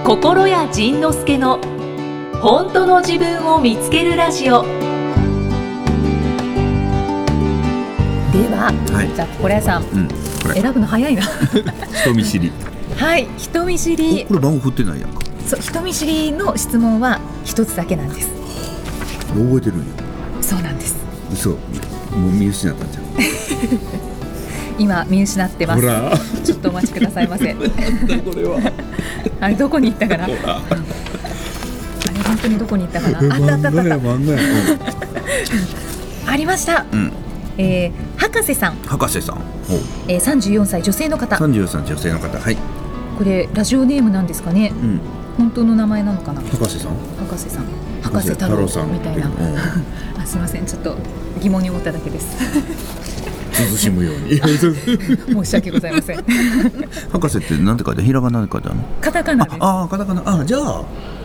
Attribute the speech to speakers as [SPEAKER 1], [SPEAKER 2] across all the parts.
[SPEAKER 1] 心谷仁之助の本当の自分を見つけるラジオでは、じゃあ心谷さん、選ぶの早いな
[SPEAKER 2] 人見知り
[SPEAKER 1] はい、人見知り。
[SPEAKER 2] これ番号振ってないやんか。
[SPEAKER 1] そう、人見知りの質問は一つだけなんです。
[SPEAKER 2] 覚えてるんや。
[SPEAKER 1] そうなんです。
[SPEAKER 2] 嘘、もう見失ったんじゃん
[SPEAKER 1] 今見失ってます。
[SPEAKER 2] ほら
[SPEAKER 1] ちょっとお待ちくださいませ
[SPEAKER 2] これは
[SPEAKER 1] あれどこに行ったかな。あれ本当にどこに行ったかな。あったあったあった、ありました、博士さん。
[SPEAKER 2] 博士さん、
[SPEAKER 1] 34歳女性の方。
[SPEAKER 2] 34歳女性の方、はい。
[SPEAKER 1] これラジオネームなんですかね、本当の名前なのかな。
[SPEAKER 2] 博士さん、
[SPEAKER 1] 博士さん、博士太郎さんみたいな、あ、すみません、ちょっと疑問に思っただけです
[SPEAKER 2] 慎むように
[SPEAKER 1] 申し訳ございません
[SPEAKER 2] 博士って何て書いて、ひらがなで書いてあるの。
[SPEAKER 1] カタカナです。
[SPEAKER 2] あ、カタカナ。あ、じゃあ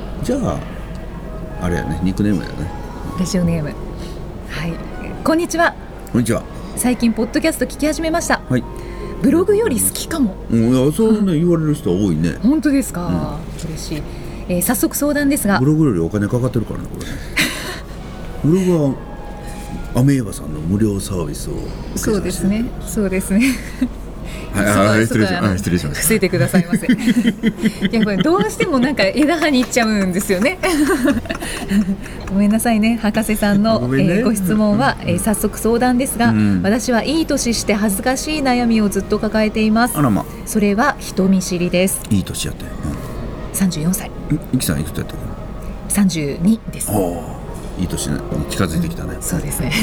[SPEAKER 2] あれやね、ニックネームやね。
[SPEAKER 1] ラジオネーム。はい、こんにちは。
[SPEAKER 2] こんにちは。
[SPEAKER 1] 最近ポッドキャスト聞き始めました。
[SPEAKER 2] はい。
[SPEAKER 1] ブログより好きかも。
[SPEAKER 2] いや、そうね、言われる人は多いね。
[SPEAKER 1] 本当ですか、嬉しい。早速相談ですが、ブ
[SPEAKER 2] ログよりお金かかってるからね、これねブログはアメーバさんの無料サービスを。
[SPEAKER 1] そうですね、そうですね
[SPEAKER 2] はい、失礼しました。
[SPEAKER 1] 伏せてくださいませやっぱりどうしてもなんか枝葉に行っちゃうんですよねごめんなさいね、博士さんの、ご質問は、早速相談ですが、私はいい年して恥ずかしい悩みをずっと抱えています。
[SPEAKER 2] あらま。
[SPEAKER 1] それは人見知りです。
[SPEAKER 2] いい年やって、
[SPEAKER 1] 34歳。
[SPEAKER 2] いきさんいくつやったっ
[SPEAKER 1] け。32です。
[SPEAKER 2] いい年に近づいてきたね。
[SPEAKER 1] そうですね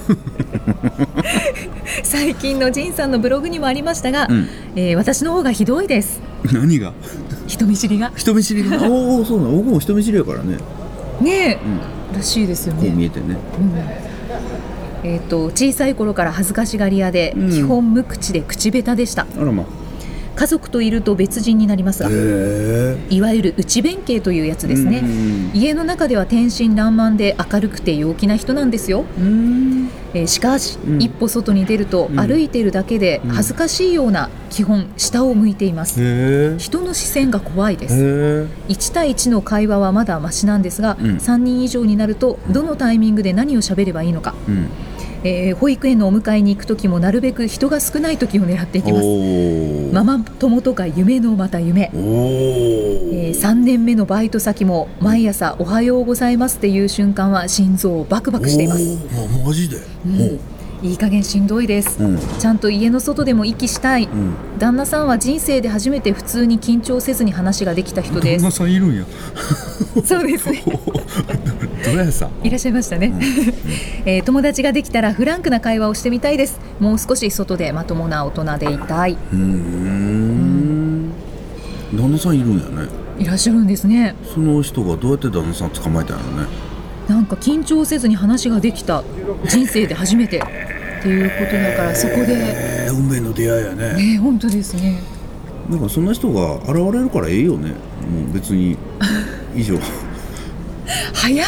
[SPEAKER 1] 最近の仁さんのブログにもありましたが、私の方がひどいです。
[SPEAKER 2] 何が。
[SPEAKER 1] 人見知りが。
[SPEAKER 2] 人見知りがおお、そうなの。僕も人見知りやからね。
[SPEAKER 1] ねえ、らしいですよね。
[SPEAKER 2] こう見えてね。
[SPEAKER 1] 小さい頃から恥ずかしがり屋で、基本無口で口下手でした。
[SPEAKER 2] あらま。
[SPEAKER 1] 家族といると別人になりますが、いわゆる内弁慶というやつですね。家の中では天真爛漫で明るくて陽気な人なんですよ。しかし、一歩外に出ると、歩いているだけで恥ずかしいような、基本下を向いています。人の視線が怖いです。1対1の会話はまだマシなんですが、3人以上になるとどのタイミングで何を喋ればいいのか、保育園のお迎えに行くときもなるべく人が少ないときを狙っていきます。ママ友とか夢のまた夢。3年目のバイト先も毎朝おはようございますっていう瞬間は心臓をバクバクしています。
[SPEAKER 2] マジで、
[SPEAKER 1] いい加減しんどいです、ちゃんと家の外でも息したい、旦那さんは人生で初めて普通に緊張せずに話ができた人です。
[SPEAKER 2] 旦那さんいるんや
[SPEAKER 1] そうですね
[SPEAKER 2] どやさん
[SPEAKER 1] いらっしゃいましたね、友達ができたらフランクな会話をしてみたいです。もう少し外でまともな大人でいたい。
[SPEAKER 2] 旦那さんいるんやね。
[SPEAKER 1] いらっしゃるんですね。
[SPEAKER 2] その人がどうやって旦那さん捕まえたんやろね。
[SPEAKER 1] なんか緊張せずに話ができた、人生で初めてっていうことだから、そこで、
[SPEAKER 2] 運命の出会いやね。
[SPEAKER 1] 本当ですね。
[SPEAKER 2] なんかそんな人が現れるからええよね。もう別に以上
[SPEAKER 1] 早い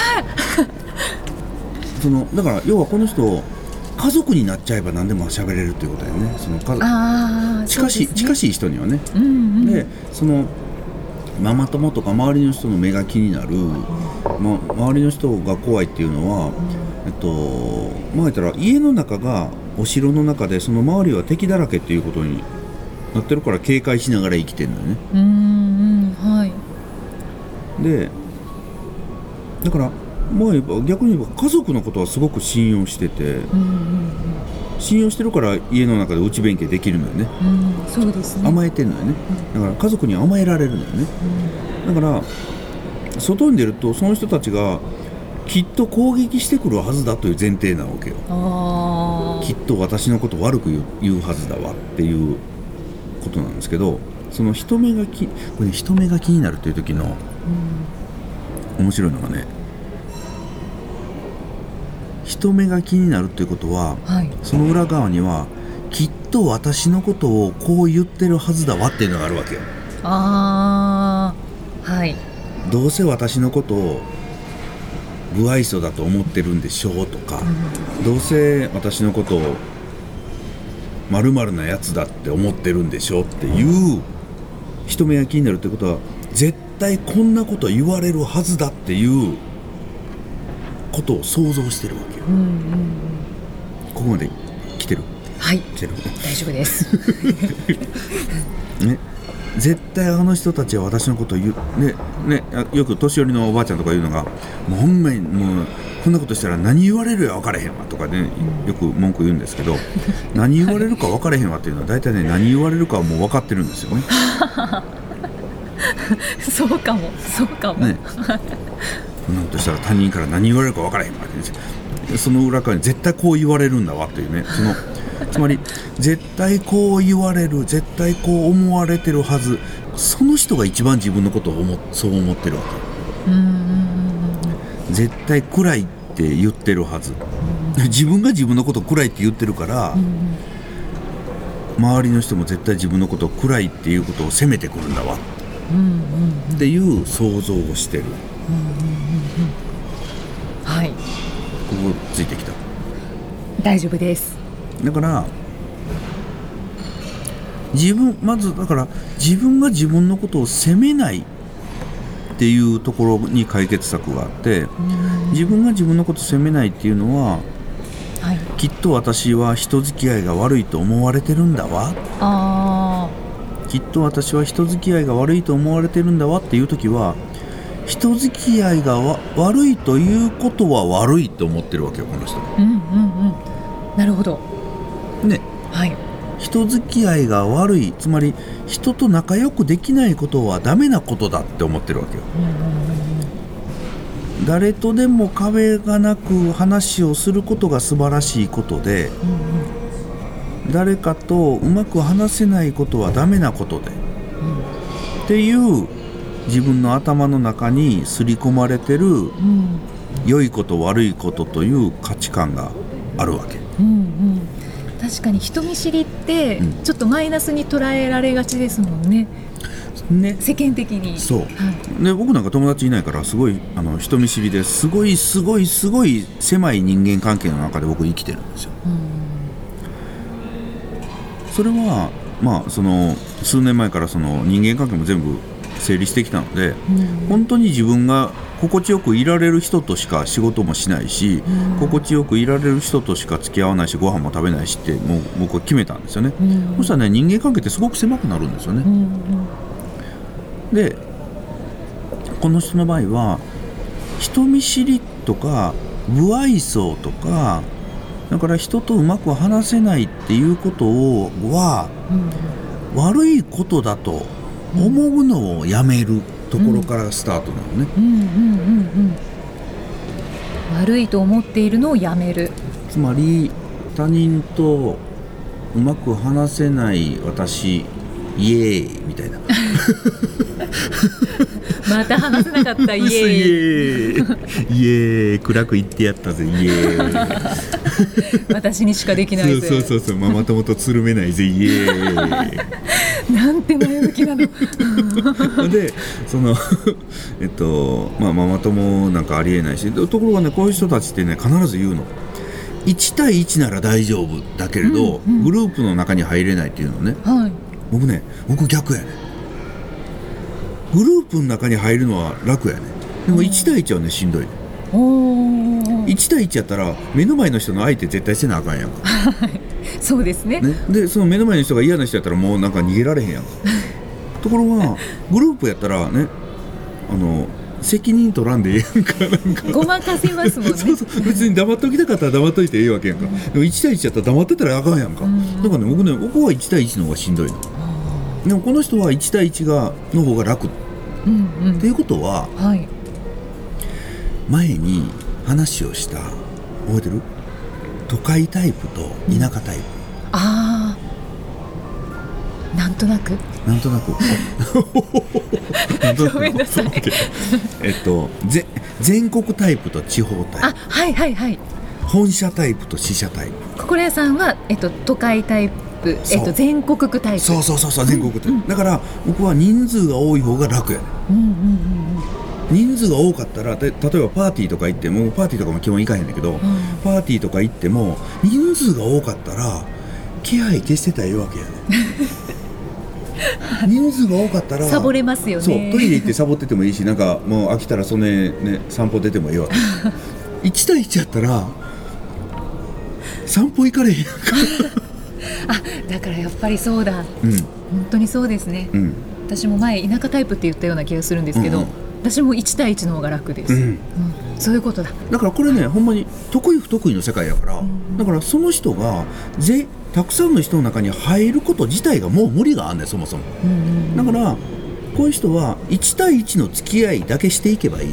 [SPEAKER 2] だから要はこの人家族になっちゃえば何でも喋れるっていうことだよね。その家族、近しい人にはね、でそのママ友とか周りの人の目が気になる、周りの人が怖いっていうのは、言ったら家の中がお城の中で、その周りは敵だらけっていうことになってるから、警戒しながら生きてるのよね。
[SPEAKER 1] はい。
[SPEAKER 2] でだから逆に言えば家族のことはすごく信用してて、信用してるから家の中で内弁慶できるのよね。
[SPEAKER 1] そうですね。
[SPEAKER 2] 甘えてるのよね。だから家族に甘えられるのよね。だから外に出るとその人たちがきっと攻撃してくるはずだという前提なわけよ。きっと私のこと悪く言うはずだわっていうことなんですけど、その人目が気になるという時の面白いのがね、人目が気になるということは、その裏側にはきっと私のことをこう言ってるはずだわっていうのがあるわけよ。どうせ私のことを不愛想だと思ってるんでしょうとか、どうせ私のことを〇〇なやつだって思ってるんでしょっていう人目が気になるってことは、絶対こんなこと言われるはずだっていうことを想像してるわけよ、ここまで来てる？
[SPEAKER 1] はい、
[SPEAKER 2] 来てる
[SPEAKER 1] 大丈夫です
[SPEAKER 2] ね、絶対あの人たちは私のことを言う、ね、よく年寄りのおばあちゃんとか言うのが、もうほんまにもうこんなことしたら何言われるや分かれへんわとかね、よく文句言うんですけど何言われるか分かれへんわっていうのは大体ね、何言われるかはもう分かってるんですよね
[SPEAKER 1] そうかもね
[SPEAKER 2] こんなことしたら他人から何言われるか分からへんわって、その裏側に絶対こう言われるんだわっていうね、つまり絶対こう言われる、絶対こう思われてるはず、その人が一番自分のことをそう思ってるわけ。絶対暗いって言ってるはず、自分が自分のことを暗いって言ってるから、周りの人も絶対自分のことを暗いっていうことを責めてくるんだわっていう想像をしてる。
[SPEAKER 1] はい、
[SPEAKER 2] ここついてきた？
[SPEAKER 1] 大丈夫です。
[SPEAKER 2] だからまずだから自分が自分のことを責めないっていうところに解決策があって、自分が自分のことを責めないっていうのは、はい、きっと私は人付き合いが悪いと思われてるんだわ、きっと私は人付き合いが悪いと思われてるんだわっていう時は、人付き合いが悪いということは悪いと思ってるわけよ、この人。
[SPEAKER 1] なるほど
[SPEAKER 2] ね、
[SPEAKER 1] はい、
[SPEAKER 2] 人付き合いが悪い、つまり人と仲良くできないことはダメなことだって思ってるわけよ。誰とでも壁がなく話をすることが素晴らしいことで、誰かとうまく話せないことはダメなことで、っていう自分の頭の中に刷り込まれてる、良いこと悪いことという価値観があるわけ。
[SPEAKER 1] 確かに人見知りってちょっとマイナスに捉えられがちですもんね、世間的に。
[SPEAKER 2] そう、で僕なんか友達いないからすごい人見知りですごい狭い人間関係の中で僕生きてるんですよ。それはその数年前からその人間関係も全部整理してきたので、本当に自分が心地よくいられる人としか仕事もしないし、心地よくいられる人としか付き合わないし、ご飯も食べないしってもう僕は決めたんですよね。そしたらね、人間関係ってすごく狭くなるんですよね。でこの人の場合は人見知りとか不愛想とか、だから人とうまく話せないっていうことは、悪いことだと思うのをやめるところからスタートなのね。
[SPEAKER 1] 悪いと思っているのをやめる。
[SPEAKER 2] つまり他人とうまく話せない私、イエーイみたいな
[SPEAKER 1] また話せなかったイエーイ
[SPEAKER 2] イエーイ暗く言ってやったぜイエーイ
[SPEAKER 1] 私にしかできないぜ。
[SPEAKER 2] そうママ友とつるめないぜイエーイ
[SPEAKER 1] なんて前向きなの
[SPEAKER 2] でママ友なんかありえないし、ところがね、こういう人たちってね必ず言うの、1対1なら大丈夫だけれど、グループの中に入れないっていうのね、僕逆やね。グループの中に入るのは楽やね。でも1対1はねしんどいね。1対1やったら目の前の人の相手絶対せなあかんやんか
[SPEAKER 1] そうですね。
[SPEAKER 2] でその目の前の人が嫌な人やったらもうなんか逃げられへんやんかところがグループやったらね、責任取らんでええやんか、なんか
[SPEAKER 1] ごまかせますもんね
[SPEAKER 2] 別に黙っときたかったら黙っといてええわけやんか。でも1対1やったら黙ってたらあかんやんか。だからね、僕は1対1の方がしんどいの。でもこの人は1対1の方が楽、っていうことは、前に話をした覚えてる？都会タイプと田舎タイプ、
[SPEAKER 1] なんとなくごめんなさい
[SPEAKER 2] 全国タイプと地方タイプ、本社タイプと支社タイプ。
[SPEAKER 1] 心屋さんは、都会タイプ、全国区タイプ。
[SPEAKER 2] そう全国タイプ、だから僕は人数が多い方が楽やね。人数が多かったら、例えばパーティーとか行っても、パーティーとかも基本行かへんだけど、パーティーとか行っても人数が多かったら気配消してたらいいわけやね人数が多かったら
[SPEAKER 1] サボれますよね。
[SPEAKER 2] そうトイレ行ってサボっててもいいし、なんかもう飽きたらそれね散歩出てもいいわ1対1やったら散歩行かれへん
[SPEAKER 1] だからやっぱりそうだ、
[SPEAKER 2] 本
[SPEAKER 1] 当にそうですね、私も前田舎タイプって言ったような気がするんですけど、私も1対1の方が楽です、そういうことだ。
[SPEAKER 2] だからこれね、ほんまに得意不得意の世界やから、だからその人がたくさんの人の中に入ること自体がもう無理があんねん、そもそも、だからこういう人は1対1の付き合いだけしていけばいいね、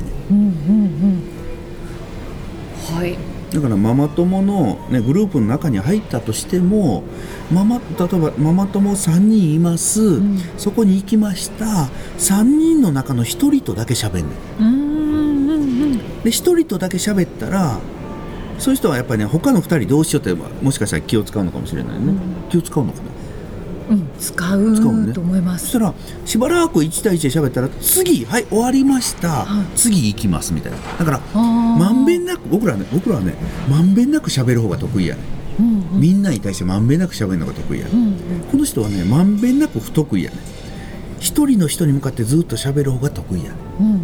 [SPEAKER 1] はい。
[SPEAKER 2] だからママ友の、ね、グループの中に入ったとしても、例えばママ友3人います、そこに行きました。3人の中の1人とだけ喋んねん。で1人とだけ喋ったら、そういう人はやっぱりね、他の2人どうしようってもしかしたら気を使うのかもしれないね、気を使うのかな、
[SPEAKER 1] 使うと思います。
[SPEAKER 2] そしたらしばらく1対1で喋ったら、次はい終わりました、次行きますみたいな。だからまんべんなく僕らはねまんべんなく喋る方が得意やね、みんなに対してまんべんなく喋るのが得意やね、この人はねまんべんなく不得意やね。一人の人に向かってずっと喋る方が得意やね、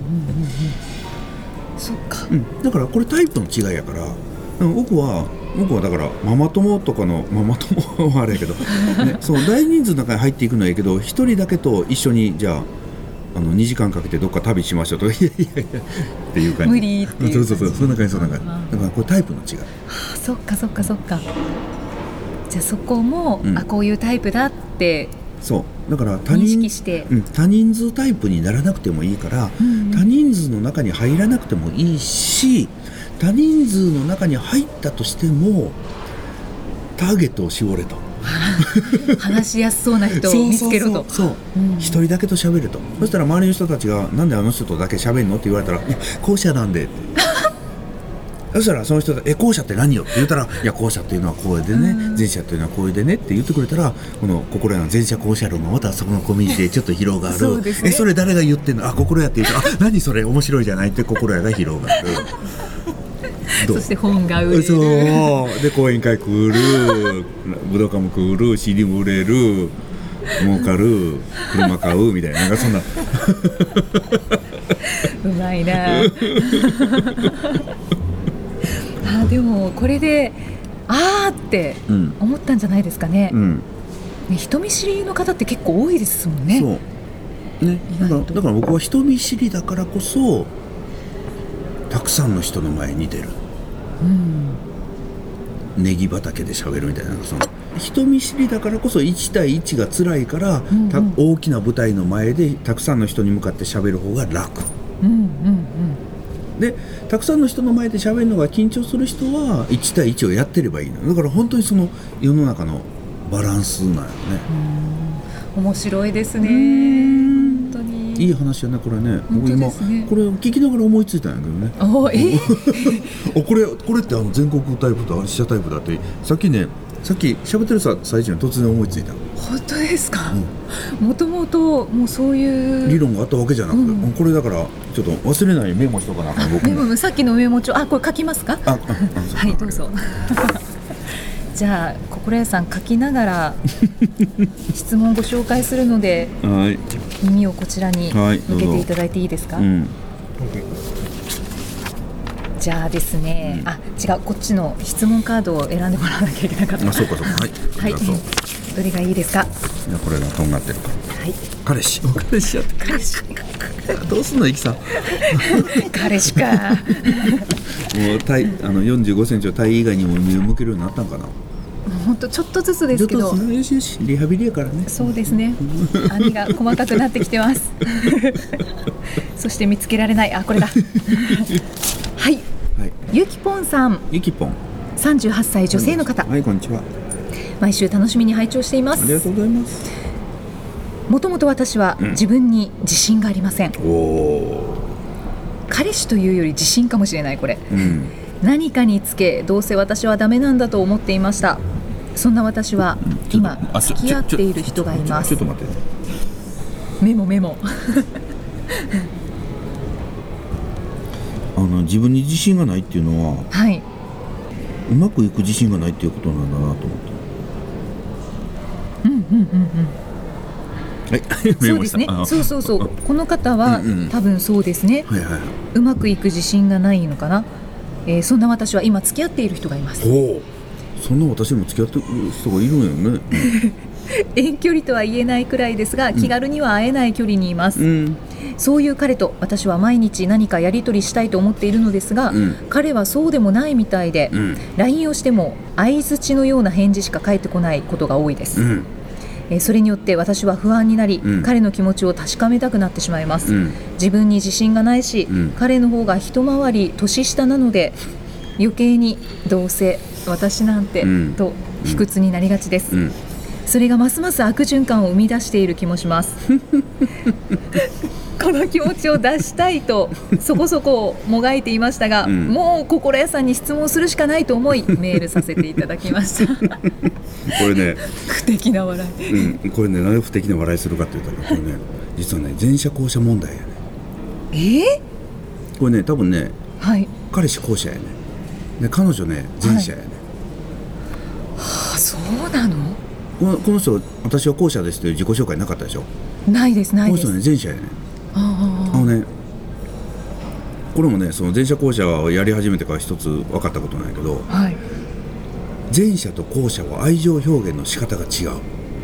[SPEAKER 1] そっか、
[SPEAKER 2] だからこれタイプの違いやから、僕はだからママ友とかのママ友はあれやけど、ね、その大人数の中に入っていくのはいいけど、一人だけと一緒にじゃあ2時間かけてどっか旅しましょうとかいやっていう感じ、
[SPEAKER 1] 無理っていう感じ、
[SPEAKER 2] そうそんな感じだからこれタイプの違い、
[SPEAKER 1] そっかじゃあそこも、こういうタイプだって
[SPEAKER 2] そうだから
[SPEAKER 1] 認識して、
[SPEAKER 2] 多人数タイプにならなくてもいいから、多人数の中に入らなくてもいいし、多人数の中に入ったとしてもターゲットを絞れと
[SPEAKER 1] 話しやすそうな人を見つけろと、
[SPEAKER 2] 一人だけと喋ると、そしたら周りの人たちがなんであの人とだけ喋るのって言われたら、いや後者なんでってそしたらその人が後者って何よって言ったら、いや後者っていうのはこうでね、前者っていうのはこうでねって言ってくれたら、この心やの前者後者論がまたそこのコミュニティでちょっと広がるそうです、ね、それ誰が言ってんの、心やって言うと、何それ面白いじゃないって心やが広がる
[SPEAKER 1] そして本が売れる、
[SPEAKER 2] そうで講演会来る、武道館も来る、CD も売れる、儲かる、車買うみたいな、なんかそんな
[SPEAKER 1] うまいなでもこれでって思ったんじゃないですかね、人見知りの方って結構多いですもんね。
[SPEAKER 2] そうね、だから僕は人見知りだからこそたくさんの人の前に出る、ネギ畑で喋るみたいな、その人見知りだからこそ1対1が辛いから、大きな舞台の前でたくさんの人に向かって喋る方が楽、でたくさんの人の前で喋るのが緊張する人は1対1をやってればいいの。だから本当にその世の中のバランスなんよね。
[SPEAKER 1] 面白いですね、本当に
[SPEAKER 2] いい話やねこれね。僕今これを聞きながら思いついたんやけどね。これって全国タイプと試写タイプだって、さっき喋ってる最中に突然思いついた。
[SPEAKER 1] 本当ですか。もともともうそういう
[SPEAKER 2] 理論があったわけじゃなくて、これだからちょっと忘れないようにメモしとかなあかん。僕
[SPEAKER 1] メモ、さっきのメモ帳、これ書きますか。はいどうぞじゃあ心屋さん書きながら質問をご紹介するので、耳をこちらに向けていただいていいですか。じゃあですね、違う、こっちの質問カードを選んでもらわなきゃいけなかった。
[SPEAKER 2] そうかはい、
[SPEAKER 1] どれがいいですか。
[SPEAKER 2] じゃこれがとんがってるから、
[SPEAKER 1] はい、
[SPEAKER 2] 彼氏やって彼氏どうすんのイキさん
[SPEAKER 1] 彼氏かもう
[SPEAKER 2] 45センチの体以外にも目を向けるようになったんかな。
[SPEAKER 1] 本当ちょっとずつですけど、
[SPEAKER 2] よしリハビリやからね。
[SPEAKER 1] そうですね、網が細かくなってきてますそして見つけられない、これだはい、ゆきぽんさん、38歳女性の方。
[SPEAKER 2] はい、こんにちは。
[SPEAKER 1] 毎週楽しみに拝聴しています。
[SPEAKER 2] ありがとうございます。
[SPEAKER 1] もともと私は自分に自信がありません。彼氏というより自信かもしれないこれ、何かにつけどうせ私はダメなんだと思っていました。そんな私は今付き合っている人がいます。
[SPEAKER 2] ちょっと待って、
[SPEAKER 1] メモ
[SPEAKER 2] 自分に自信がないっていうのは、うまくいく自信がないっていうことなんだなと思って。 はい
[SPEAKER 1] そうですね。そうこの方は、多分そうですね、うまくいく自信がないのかな、そんな私は今付き合っている人がいます。
[SPEAKER 2] そんな私も付き合ってる人がいるんよね
[SPEAKER 1] 遠距離とは言えないくらいですが、気軽には会えない距離にいます、そういう彼と私は毎日何かやり取りしたいと思っているのですが、彼はそうでもないみたいで、LINE をしても相槌のような返事しか返ってこないことが多いです、それによって私は不安になり、彼の気持ちを確かめたくなってしまいます、自分に自信がないし、彼の方が一回り年下なので余計にどうせ私なんて、と卑屈になりがちです、それがますます悪循環を生み出している気もしますこの気持ちを出したいとそこそこもがいていましたが、もう心屋さんに質問するしかないと思いメールさせていただきましたこ
[SPEAKER 2] れね
[SPEAKER 1] 不敵な笑い、
[SPEAKER 2] これね何で不敵な笑いするかって言ったら、これね実はね前者後者問題やね。これね多分ね、彼氏後者やね。で彼女ね前者やね。
[SPEAKER 1] そうなの。
[SPEAKER 2] この人私は後者ですという自己紹介なかったでしょ。
[SPEAKER 1] ないですないです。
[SPEAKER 2] この人ね前者やね。ねこれもねその前者後者をやり始めてから一つ分かったことなんやけど、前者と後者は愛情表現の仕方が違う。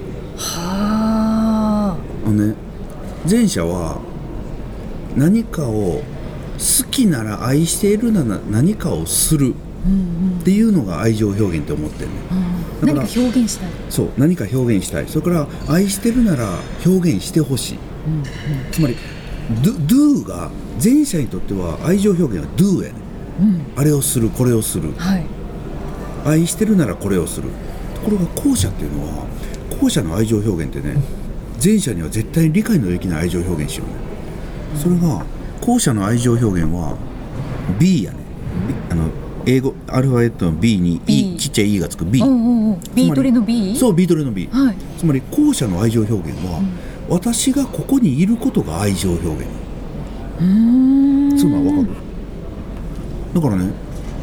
[SPEAKER 2] ね、前者は何かを好きなら愛しているなら何かをするっていうのが愛情表現って思ってるね。
[SPEAKER 1] 何か表現したい。
[SPEAKER 2] そう何か表現したい。それから愛してるなら表現してほしい、つまりdo が前者にとっては愛情表現は do やね、あれをするこれをする、愛してるならこれをする。ところが後者っていうのは後者の愛情表現ってね前者には絶対に理解のできない愛情表現しようね。それが後者の愛情表現は B やね。英語アルファベットの B に E ちっちゃい E がつく B、
[SPEAKER 1] ビートレの B。
[SPEAKER 2] そうビートレの B、つまり後者の愛情表現は、私がここにいることが愛情表現。そんなん分かる？だからね、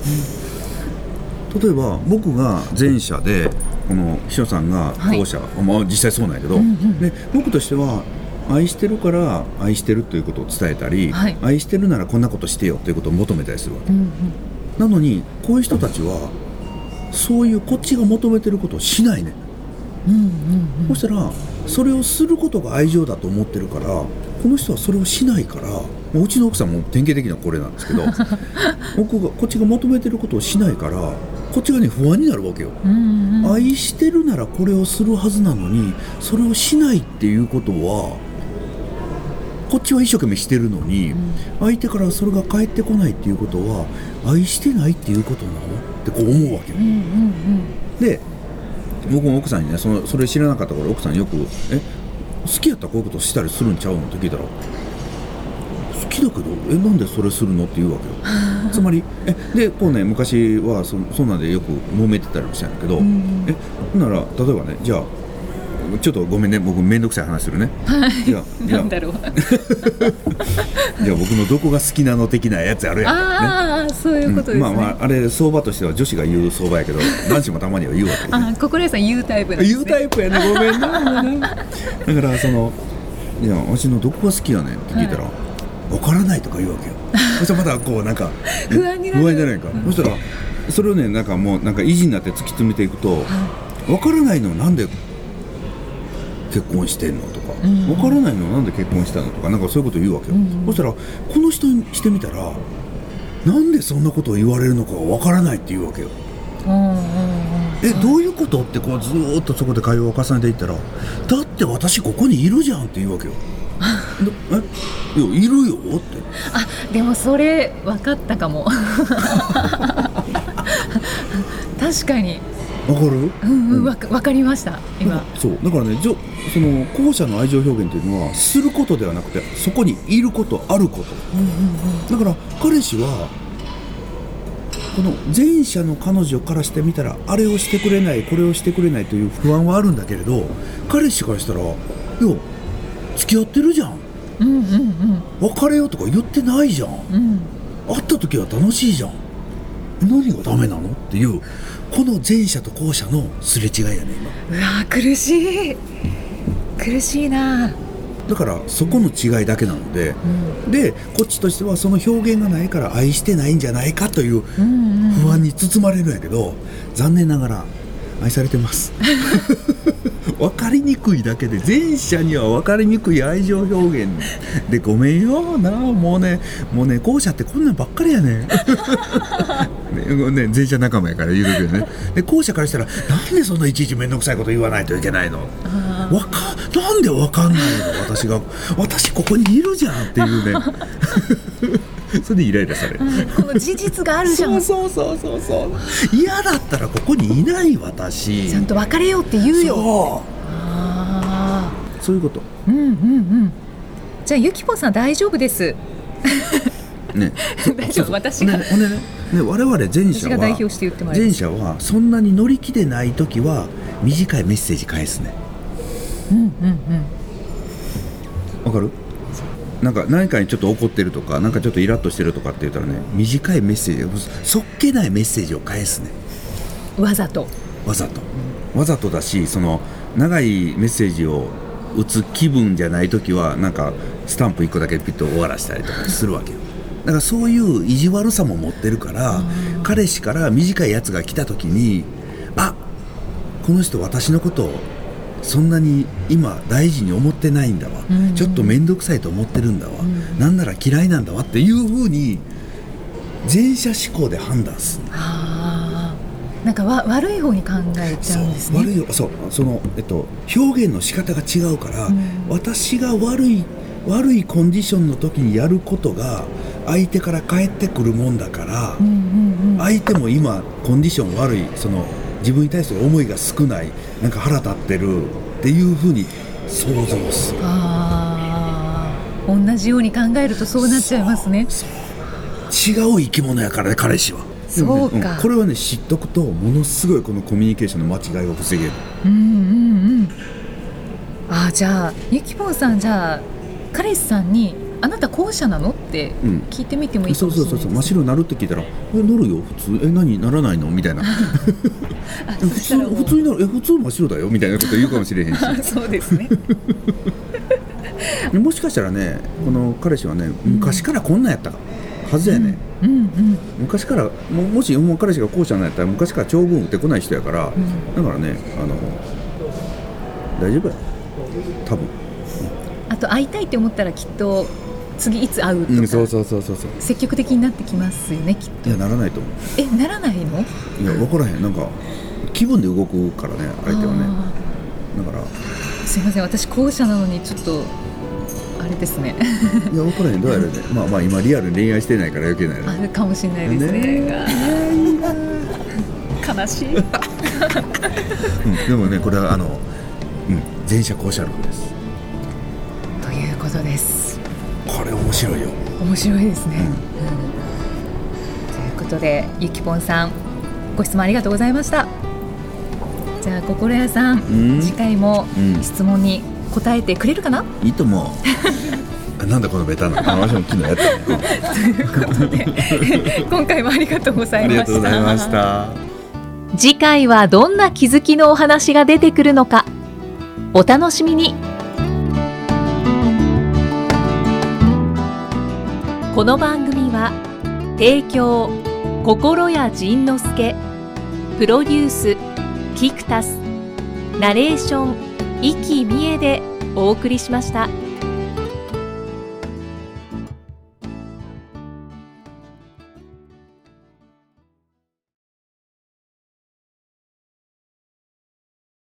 [SPEAKER 2] 例えば僕が前者でこの秘書さんが後者、実際そうなんやけど、で僕としては愛してるから愛してるということを伝えたり、愛してるならこんなことしてよということを求めたりするわけ、なのにこういう人たちはそういうこっちが求めてることをしないね、そしたらそれをすることが愛情だと思ってるから、この人はそれをしないから、うちの奥さんも典型的なこれなんですけど僕がこっちが求めてることをしないからこっちがね不安になるわけよ、愛してるならこれをするはずなのにそれをしないっていうことはこっちは一生懸命してるのに、相手からそれが返ってこないっていうことは愛してないっていうことなのってこう思うわけよ、で僕も奥さんにねそれ知らなかったから奥さんによく好きやったらこういうことしたりするんちゃうのって聞いたら、好きだけどなんでそれするのって言うわけよつまりでこうね昔はそんなんでよく揉めてたりもしたんだけど、なら例えばね、じゃあちょっとごめんね僕めんどくさい話するね、
[SPEAKER 1] なんだろう
[SPEAKER 2] じゃあ僕のどこが好きなの的なやつあるやん、
[SPEAKER 1] そういうことですね、
[SPEAKER 2] あれ相場としては女子が言う相場やけど男子もたまには言うわけね
[SPEAKER 1] 心屋さん言うタイプなんですね。
[SPEAKER 2] 言うタイプやね、ごめんなだからいやわしのどこが好きやねんって聞いたら、分からないとか言うわけよそしたらまたこうなんか
[SPEAKER 1] 不安になる
[SPEAKER 2] か、そしたらそれをねなんか意地になって突き詰めていくと、分からないのなんで結婚してんのとか、分からないのなんで結婚したのとか、なんかそういうこと言うわけよ、そしたらこの人にしてみたらなんでそんなことを言われるのかが分からないって言うわけよ、どういうことってこうずーっとそこで会話を重ねていったら、だって私ここにいるじゃんって言うわけよいやいるよって。
[SPEAKER 1] でもそれ分かったかも確かに
[SPEAKER 2] 分かる？
[SPEAKER 1] 分かりました今。
[SPEAKER 2] そうだからね、その後者の愛情表現というのはすることではなくてそこにいること、あること、だから彼氏はこの前者の彼女からしてみたらあれをしてくれないこれをしてくれないという不安はあるんだけれど、彼氏からしたら付き合ってるじゃん、別れようとか言ってないじゃん、会った時は楽しいじゃん、何がダメなのっていうこの前者と後者のすれ違いやね今。
[SPEAKER 1] 苦しい。 苦しいな。
[SPEAKER 2] だからそこの違いだけなので、でこっちとしてはその表現がないから愛してないんじゃないかという不安に包まれるんやけど、残念ながら愛されてます分かりにくいだけで、前者には分かりにくい愛情表現でごめんよな。もうね後者ってこんなんばっかりやね前者仲間やから言うときね。で後者からしたらなんでそんないちいち面倒くさいこと言わないといけないの、なんで分かんないの、私ここにいるじゃんっていうねそれでイライラされる、
[SPEAKER 1] この事実があるじゃん
[SPEAKER 2] そう嫌だったらここにいない私、
[SPEAKER 1] ちゃんと別れようって言うよ。
[SPEAKER 2] そういうこと。
[SPEAKER 1] じゃあゆきぽさん大丈夫です
[SPEAKER 2] ね、
[SPEAKER 1] 大丈夫、私が
[SPEAKER 2] 我々前者は
[SPEAKER 1] 代表して言ってもらいます。
[SPEAKER 2] 前者はそんなに乗り気でないときは短いメッセージ返すね。わかる？なんか何かにちょっと怒ってるとか、なんかちょっとイラッとしてるとかって言ったらね、短いメッセージ、そっけないメッセージを返すね。わざとだし、その長いメッセージを打つ気分じゃないときはなんかスタンプ1個だけピッと終わらせたりとかするわけよ。だからそういう意地悪さも持ってるから、彼氏から短いやつが来たときに、この人私のことをそんなに今大事に思ってないんだわ、ちょっと面倒くさいと思ってるんだわ、なんなら嫌いなんだわっていう風に前者思考で判断する。
[SPEAKER 1] なんか悪い方に考えちゃうんですね。
[SPEAKER 2] その、表現の仕方が違うから、私が悪いコンディションの時にやることが相手から返ってくるもんだから、相手も今コンディション悪い、その自分に対する思いが少ない、なんか腹立ってるっていうふうに想像する。
[SPEAKER 1] 同じように考えるとそうなっちゃいますね。
[SPEAKER 2] 違う生き物やからね、彼氏は。
[SPEAKER 1] そうか、
[SPEAKER 2] これはね、知っとくとものすごいこのコミュニケーションの間違いを防げる。
[SPEAKER 1] じゃあゆきぽんさん、じゃあ彼氏さんにあなた後者なのって聞いてみてもいいかもしれないです。そう真っ白になるって聞いたら、なるよ普通、何ならないのみたいな普通になる、普通真っ白だよみたいなこと言うかもしれへんしそうですね
[SPEAKER 2] もしかしたらね、この彼氏はね、昔からこんなんやったはずやね、昔から、もし彼氏が後者なんやったら昔から長文打ってこない人やから、だからね、大丈夫や多分。
[SPEAKER 1] あと会いたいって思ったらきっと次いつ会うとか、そう積極的になってきますよね、きっと。
[SPEAKER 2] いや、ならないと思う。
[SPEAKER 1] ならないの？
[SPEAKER 2] いや、分からへん。なんか気分で動くからね、相手はね。だから
[SPEAKER 1] すいません、私後者なのにちょっとあれですね
[SPEAKER 2] いや、分からへん、どうやらね今リアルに恋愛してないから余計ない
[SPEAKER 1] あるかもしれないですね悲しい
[SPEAKER 2] でもね、これは前者後者論です
[SPEAKER 1] ということです。
[SPEAKER 2] これ面白いよ。
[SPEAKER 1] 面白いですね、ということでゆきぽんさん、ご質問ありがとうございました。じゃあ心屋さん、次回も質問に答えてくれるかな？
[SPEAKER 2] いいと思うなんだこのベタな私も昨日やったね
[SPEAKER 1] ということで今回もありがとうございました。ありがとうございました。次回はどんな気づきのお話が出てくるのか、お楽しみに。この番組は提供心谷仁之助、プロデュースキクタス、ナレーション生きみえでお送りしました。